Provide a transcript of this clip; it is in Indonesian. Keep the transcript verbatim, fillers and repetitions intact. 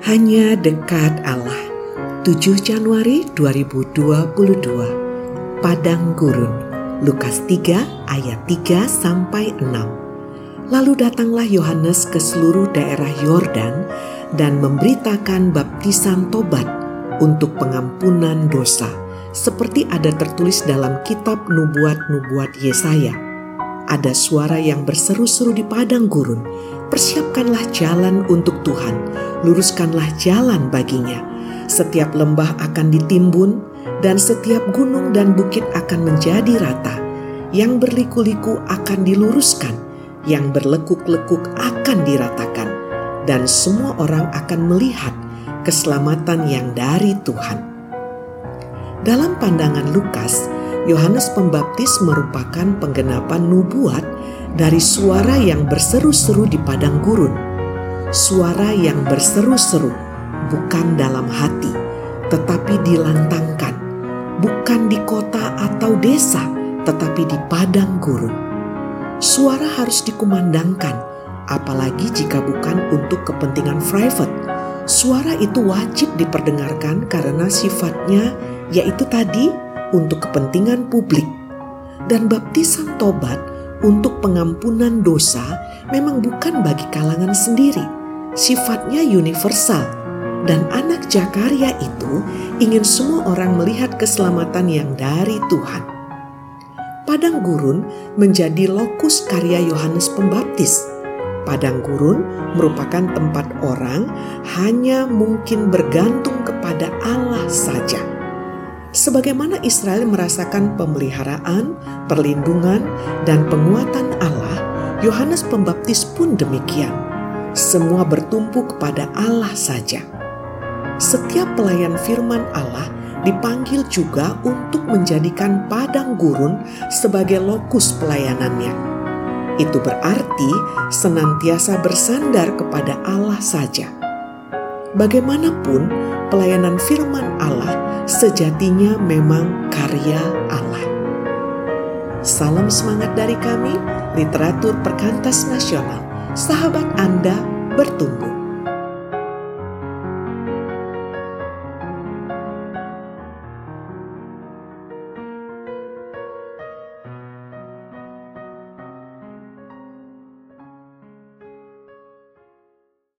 Hanya dekat Allah. tujuh Januari dua ribu dua puluh dua. Padang Gurun. Lukas tiga ayat tiga sampai enam. Lalu datanglah Yohanes ke seluruh daerah Yordan dan memberitakan baptisan tobat untuk pengampunan dosa, seperti ada tertulis dalam kitab nubuat-nubuat Yesaya. Ada suara yang berseru-seru di padang gurun, "Persiapkanlah jalan untuk Tuhan, luruskanlah jalan baginya. Setiap lembah akan ditimbun, dan setiap gunung dan bukit akan menjadi rata. Yang berliku-liku akan diluruskan, yang berlekuk-lekuk akan diratakan, dan semua orang akan melihat keselamatan yang dari Tuhan." Dalam pandangan Lukas, Yohanes Pembaptis merupakan penggenapan nubuat dari suara yang berseru-seru di padang gurun. Suara yang berseru-seru bukan dalam hati, tetapi dilantangkan, bukan di kota atau desa, tetapi di padang gurun. Suara harus dikumandangkan, apalagi jika bukan untuk kepentingan private. Suara itu wajib diperdengarkan karena sifatnya yaitu tadi untuk kepentingan publik. Dan baptisan tobat untuk pengampunan dosa memang bukan bagi kalangan sendiri. Sifatnya universal. Dan anak Zakaria itu ingin semua orang melihat keselamatan yang dari Tuhan. Padang gurun menjadi lokus karya Yohanes Pembaptis. Padang gurun merupakan tempat orang hanya mungkin bergantung kepada Allah saja. Sebagaimana Israel merasakan pemeliharaan, perlindungan, dan penguatan Allah, Yohanes Pembaptis pun demikian. Semua bertumpu kepada Allah saja. Setiap pelayan firman Allah dipanggil juga untuk menjadikan padang gurun sebagai lokus pelayanannya. Itu berarti senantiasa bersandar kepada Allah saja. Bagaimanapun, pelayanan firman Allah sejatinya memang karya Allah. Salam semangat dari kami, Literatur Perkantas Nasional. Sahabat Anda bertumbuh.